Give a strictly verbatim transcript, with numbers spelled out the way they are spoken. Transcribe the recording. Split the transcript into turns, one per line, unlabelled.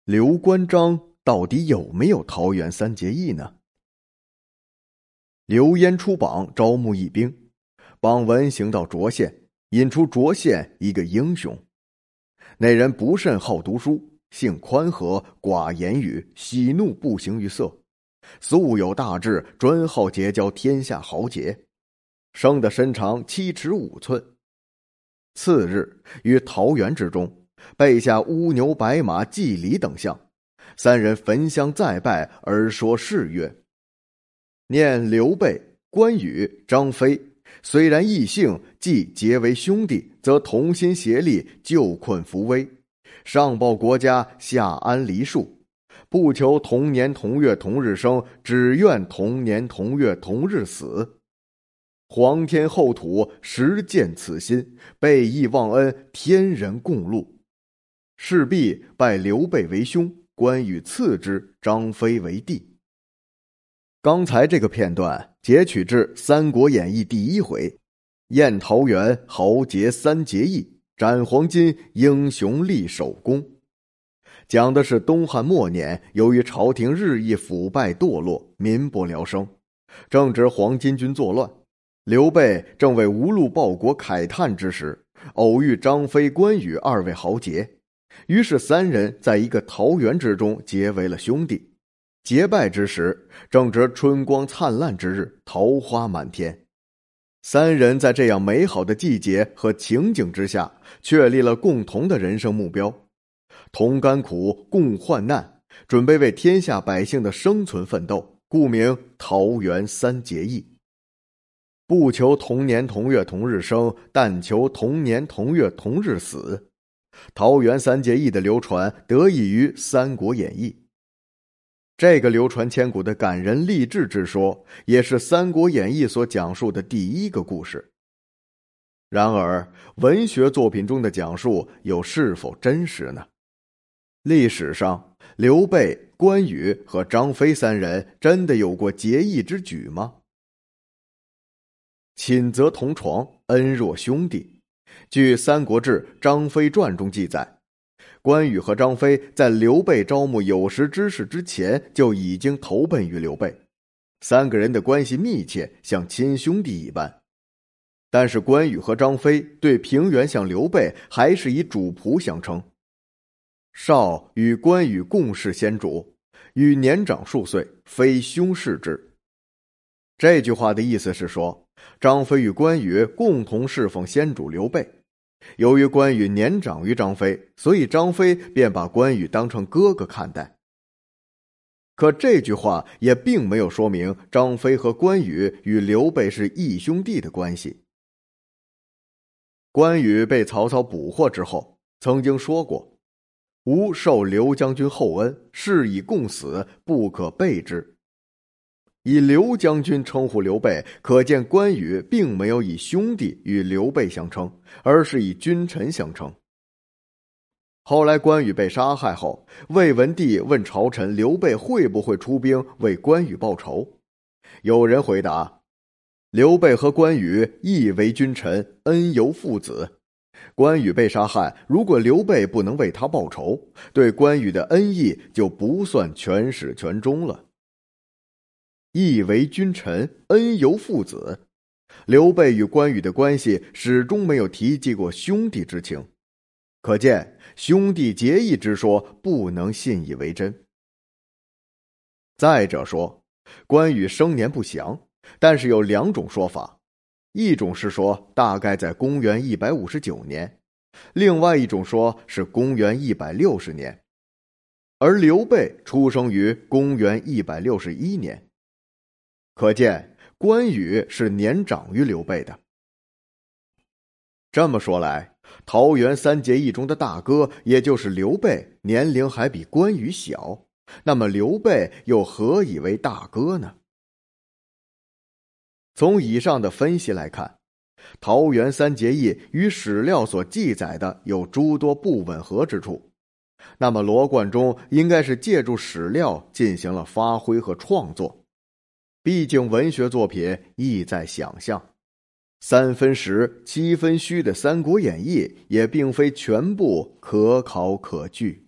刘关张到底有没有桃园三结义呢？刘焉出榜招募义兵，榜文行到涿县，引出涿县一个英雄。那人不甚好读书，性宽和，寡言语，喜怒不形于色，素有大志，专好结交天下豪杰，生的身长七尺五寸。次日于桃园之中，备下乌牛白马祭礼等项，三人焚香再拜，而说誓曰：念刘备、关羽、张飞虽然异姓，既结为兄弟，则同心协力，救困扶危，上报国家，下安黎庶，不求同年同月同日生，只愿同年同月同日死。皇天厚土，实见此心，备义忘恩，天人共戮。势必拜刘备为兄，关羽次之，张飞为弟。刚才这个片段截取自《三国演义》第一回，宴桃园，豪杰三结义，斩黄巾，英雄立首功。讲的是东汉末年，由于朝廷日益腐败堕落，民不聊生，正值黄巾军作乱，刘备正为无路报国慨叹之时，偶遇张飞、关羽二位豪杰，于是三人在一个桃园之中结为了兄弟。结拜之时，正值春光灿烂之日，桃花满天。三人在这样美好的季节和情景之下，确立了共同的人生目标，同甘苦，共患难，准备为天下百姓的生存奋斗，故名桃园三结义。不求同年同月同日生，但求同年同月同日死。桃园三结义的流传得益于《三国演义》。这个流传千古的感人励志之说，也是《三国演义》所讲述的第一个故事。然而，文学作品中的讲述又是否真实呢？历史上，刘备、关羽和张飞三人真的有过结义之举吗？寝则同床，恩若兄弟。据《三国志·张飞传》中记载，关羽和张飞在刘备招募有识之士之前就已经投奔于刘备，三个人的关系密切，像亲兄弟一般。但是关羽和张飞对平原相刘备还是以主仆相称。少与关羽共事先主，与年长数岁，非兄视之。这句话的意思是说，张飞与关羽共同侍奉先主刘备。由于关羽年长于张飞，所以张飞便把关羽当成哥哥看待。可这句话也并没有说明张飞和关羽与刘备是义兄弟的关系。关羽被曹操捕获之后，曾经说过：吾受刘将军厚恩，是以共死，不可背之。以刘将军称呼刘备，可见关羽并没有以兄弟与刘备相称，而是以君臣相称。后来关羽被杀害后，魏文帝问朝臣刘备会不会出兵为关羽报仇。有人回答：刘备和关羽亦为君臣，恩由父子。关羽被杀害，如果刘备不能为他报仇，对关羽的恩义就不算全始全终了。义为君臣，恩由父子。刘备与关羽的关系始终没有提及过兄弟之情，可见兄弟结义之说不能信以为真。再者说，关羽生年不详，但是有两种说法，一种是说大概在公元一百五十九年，另外一种说是公元一百六十年，而刘备出生于公元一百六十一年。可见关羽是年长于刘备的。这么说来，桃园三结义中的大哥，也就是刘备，年龄还比关羽小，那么刘备又何以为大哥呢？从以上的分析来看，桃园三结义与史料所记载的有诸多不吻合之处，那么罗贯中应该是借助史料进行了发挥和创作。毕竟文学作品意在想象，三分实七分虚的《三国演义》也并非全部可考可据。